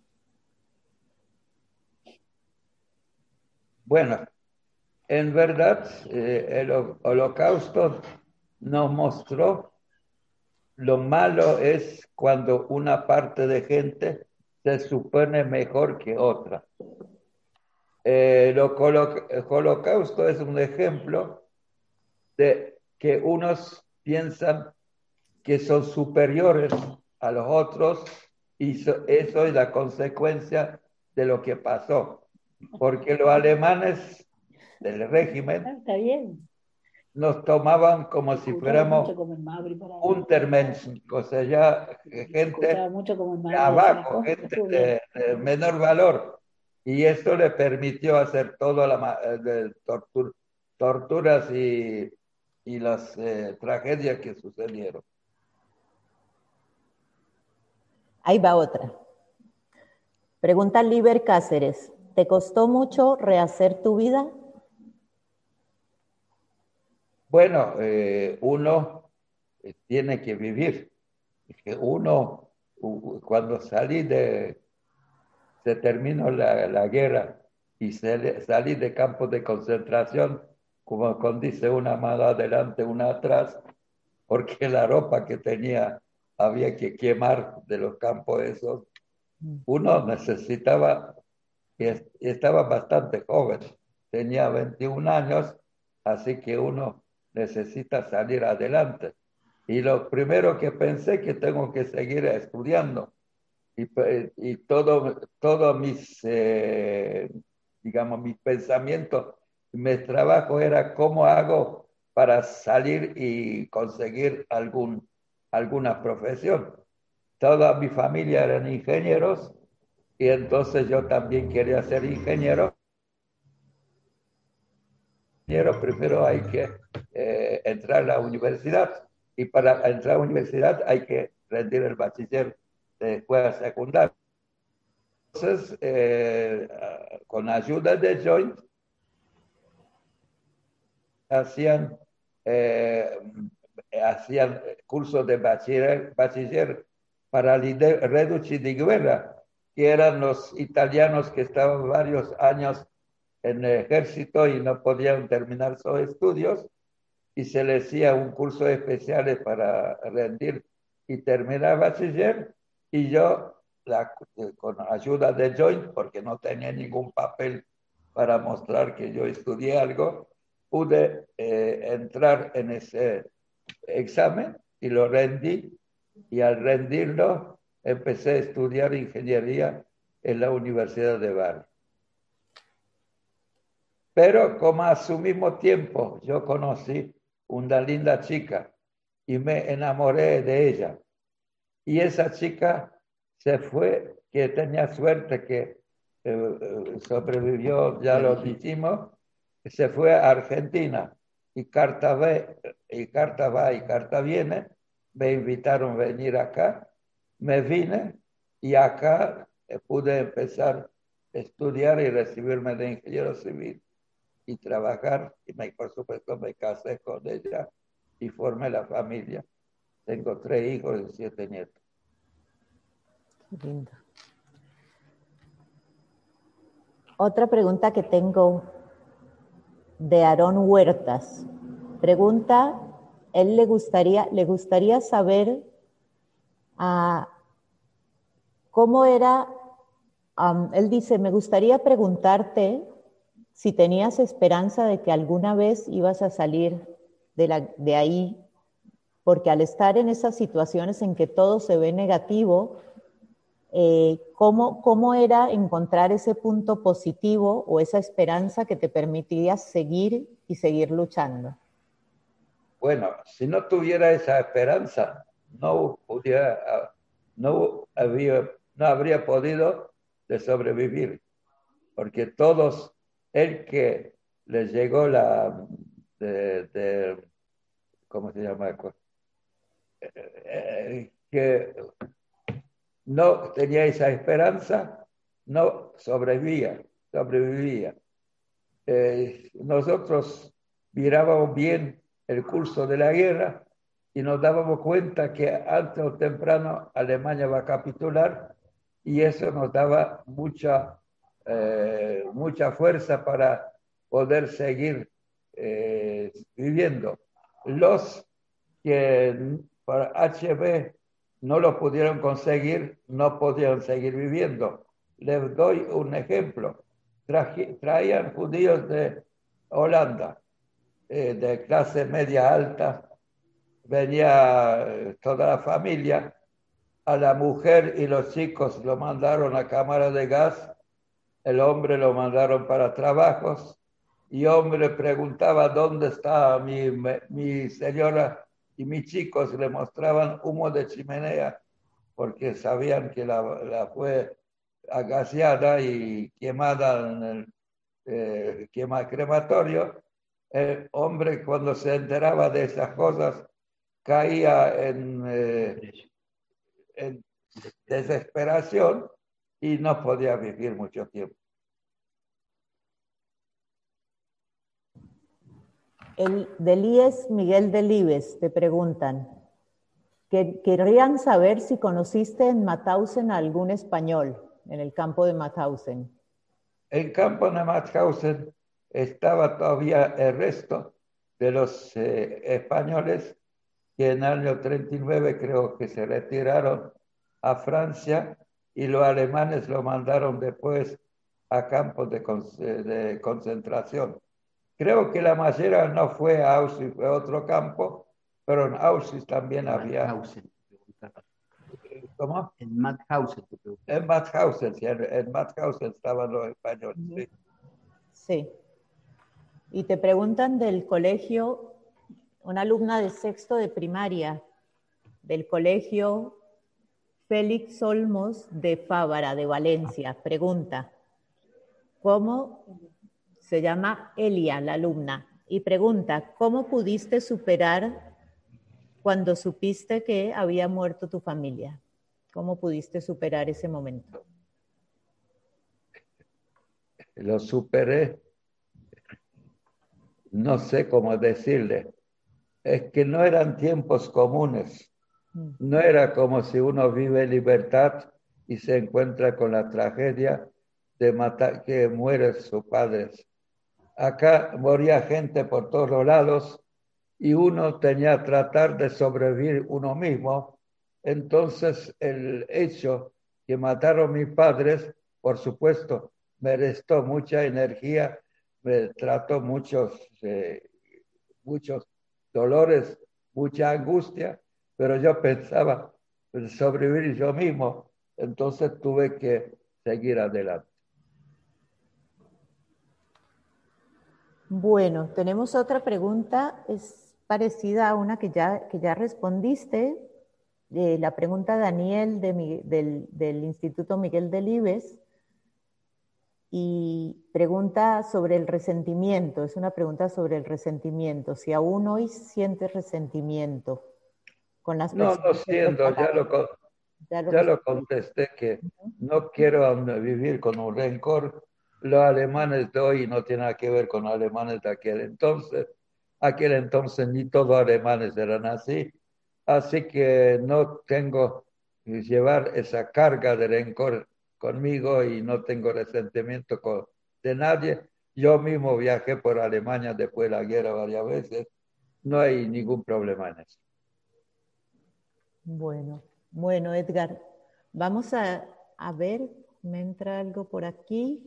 Bueno, en verdad, el Holocausto nos mostró lo malo es cuando una parte de gente se supone mejor que otra. El Holocausto es un ejemplo de que unos piensan que son superiores a los otros y eso es la consecuencia de lo que pasó. Porque los alemanes del régimen Está bien. nos tomaban como si fuéramos Untermenschen, o sea, ya gente de abajo, gente de menor valor. Y esto le permitió hacer todas las torturas y las tragedias que sucedieron. Ahí va otra. Pregunta Liber Cáceres. ¿Te costó mucho rehacer tu vida? Bueno, uno tiene que vivir. Uno, cuando se terminó la guerra y salí de campos de concentración, como dice una mano adelante, una atrás, porque la ropa que tenía había que quemar de los campos esos. Uno necesitaba, y estaba bastante joven, tenía 21 años, así que uno necesita salir adelante. Y lo primero que pensé que tengo que seguir estudiando. Y todo mis, digamos, mis pensamientos, mi trabajo era cómo hago para salir y conseguir alguna profesión. Toda mi familia eran ingenieros y entonces yo también quería ser ingeniero. Pero primero hay que entrar a la universidad y para entrar a la universidad hay que rendir el bachiller de escuela secundaria. Entonces, con ayuda de Joint, hacían cursos de bachiller para reducir de guerra, que eran los italianos que estaban varios años en el ejército y no podían terminar sus estudios, y se les hacía un curso especial para rendir y terminar bachiller, y yo, con ayuda de Joint, porque no tenía ningún papel para mostrar que yo estudié algo, pude entrar en ese examen y lo rendí, y al rendirlo empecé a estudiar ingeniería en la Universidad de Bari. Pero como a su mismo tiempo yo conocí una linda chica y me enamoré de ella. Y esa chica se fue, que tenía suerte que sobrevivió, ya lo dijimos, se fue a Argentina y carta va y carta viene, me invitaron a venir acá, me vine y acá pude empezar a estudiar y recibirme de ingeniero civil y trabajar y por supuesto me casé con ella y formé la familia. Tengo 3 hijos y 7 nietos. Qué lindo. Otra pregunta que tengo de Aarón Huertas. Pregunta, él le gustaría saber cómo era, él dice, me gustaría preguntarte si tenías esperanza de que alguna vez ibas a salir de ahí, porque al estar en esas situaciones en que todo se ve negativo, ¿cómo era encontrar ese punto positivo o esa esperanza que te permitiría seguir y seguir luchando? Bueno, si no tuviera esa esperanza, no habría podido de sobrevivir, porque todos, el que les llegó ¿cómo se llama? Que no tenía esa esperanza, no sobrevivía. Nosotros mirábamos bien el curso de la guerra y nos dábamos cuenta que antes o temprano Alemania va a capitular y eso nos daba mucha fuerza para poder seguir viviendo. Los que para HB no lo pudieron conseguir, no podían seguir viviendo. Les doy un ejemplo. Traían judíos de Holanda, de clase media alta, venía toda la familia, a la mujer y los chicos lo mandaron a cámara de gas, el hombre lo mandaron para trabajos, y hombre preguntaba dónde estaba mi señora, y mis chicos le mostraban humo de chimenea, porque sabían que la fue agaseada y quemada en el crematorio. El hombre, cuando se enteraba de esas cosas, caía en desesperación y no podía vivir mucho tiempo. Del IES Miguel Delibes te preguntan, querrían saber si conociste en Mauthausen a algún español, en el campo de Mauthausen. En campo de Mauthausen estaba todavía el resto de los españoles que en el año 39 creo que se retiraron a Francia y los alemanes lo mandaron después a campos de concentración. Creo que la mayoría no fue a Auschwitz, fue a otro campo, pero en Auschwitz también había... ¿Cómo? En Mauthausen. En Mauthausen, sí, en Mauthausen estaban los españoles. Sí. Sí. Y te preguntan del colegio, una alumna de sexto de primaria, del colegio Félix Olmos de Fávara, de Valencia. Pregunta, ¿cómo se llama Elia, la alumna? Y pregunta, ¿cómo pudiste superar cuando supiste que había muerto tu familia? ¿Cómo pudiste superar ese momento? Lo superé, no sé cómo decirle. Es que no eran tiempos comunes. No era como si uno vive en libertad y se encuentra con la tragedia de matar, que mueren sus padres. Acá moría gente por todos los lados y uno tenía que tratar de sobrevivir uno mismo. Entonces el hecho que mataron mis padres, por supuesto, me restó mucha energía, me trató muchos dolores, mucha angustia, pero yo pensaba en sobrevivir yo mismo, entonces tuve que seguir adelante. Bueno, tenemos otra pregunta, es parecida a una que ya respondiste. La pregunta de Daniel del Instituto Miguel Delibes, y pregunta sobre el resentimiento, es una pregunta sobre el resentimiento, si aún hoy sientes resentimiento con las No, no personas que te siento, separaron. Ya lo ya lo respondí. contesté que no quiero vivir con un rencor. Los alemanes de hoy no tienen nada que ver con los alemanes de aquel entonces. Aquel entonces ni todos los alemanes eran así. Así que no tengo que llevar esa carga de rencor conmigo y no tengo resentimiento de nadie. Yo mismo viajé por Alemania después de la guerra varias veces. No hay ningún problema en eso. Bueno, Edgar, vamos a ver, me entra algo por aquí.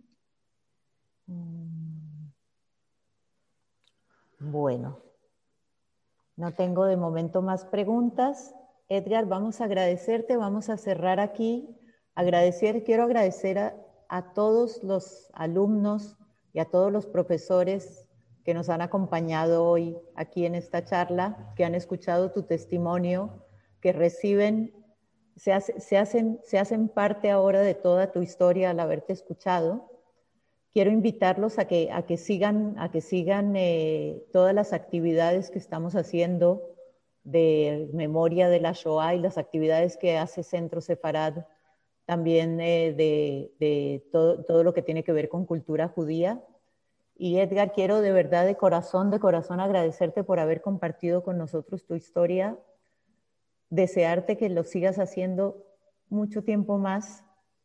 Bueno, no tengo de momento más preguntas. Edgar, vamos a agradecerte, vamos a cerrar aquí. Quiero agradecer a todos los alumnos y a todos los profesores que nos han acompañado hoy aquí en esta charla, que han escuchado tu testimonio, que reciben, se hacen parte ahora de toda tu historia al haberte escuchado. Quiero invitarlos a que sigan todas las actividades que estamos haciendo de memoria de la Shoah y las actividades que hace Centro Sefarad, también de todo lo que tiene que ver con cultura judía. Y Edgar, quiero de verdad, de corazón, agradecerte por haber compartido con nosotros tu historia, desearte que lo sigas haciendo mucho tiempo más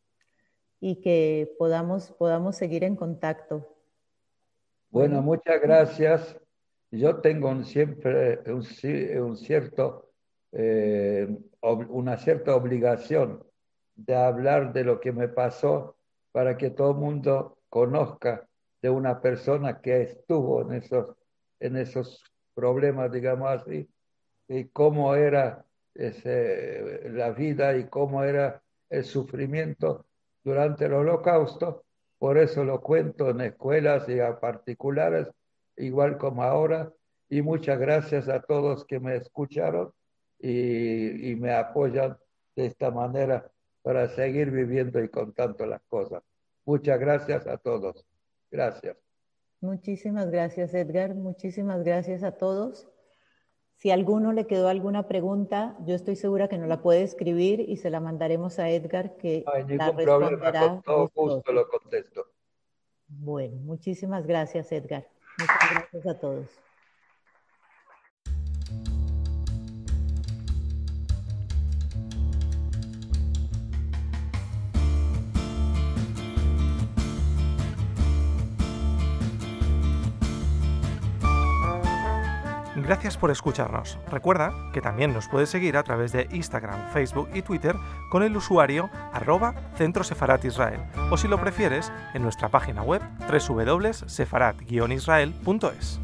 y que podamos seguir en contacto. Bueno, Bueno, muchas gracias. Yo tengo siempre un cierto, una cierta obligación de hablar de lo que me pasó para que todo el mundo conozca de una persona que estuvo en esos problemas, digamos así, y cómo era la vida y cómo era el sufrimiento durante el Holocausto. Por eso lo cuento en escuelas y a particulares, igual como ahora. Y muchas gracias a todos que me escucharon y me apoyan de esta manera para seguir viviendo y contando las cosas. Muchas gracias a todos. Gracias. muchísimas gracias, Edgar. Muchísimas gracias a todos. Si a alguno le quedó alguna pregunta, yo estoy segura que nos la puede escribir y se la mandaremos a Edgar, No que hay la ningún problema, con responderá todo gusto gustoso. lo contesto. Bueno, muchísimas gracias, Edgar. Muchas gracias a todos. Gracias por escucharnos. Recuerda que también nos puedes seguir a través de Instagram, Facebook y Twitter con el usuario @Centro Sefarat Israel, o si lo prefieres, en nuestra página web www.sefarat-israel.es.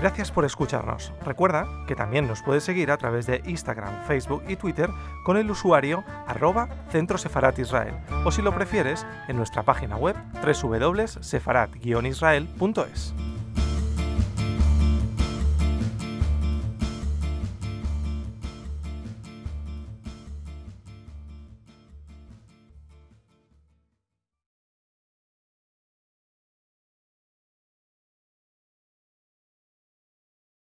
Gracias por escucharnos. Recuerda que también nos puedes seguir a través de Instagram, Facebook y Twitter con el usuario @Centro Sefarat Israel, o si lo prefieres, en nuestra página web www.sefarat-israel.es.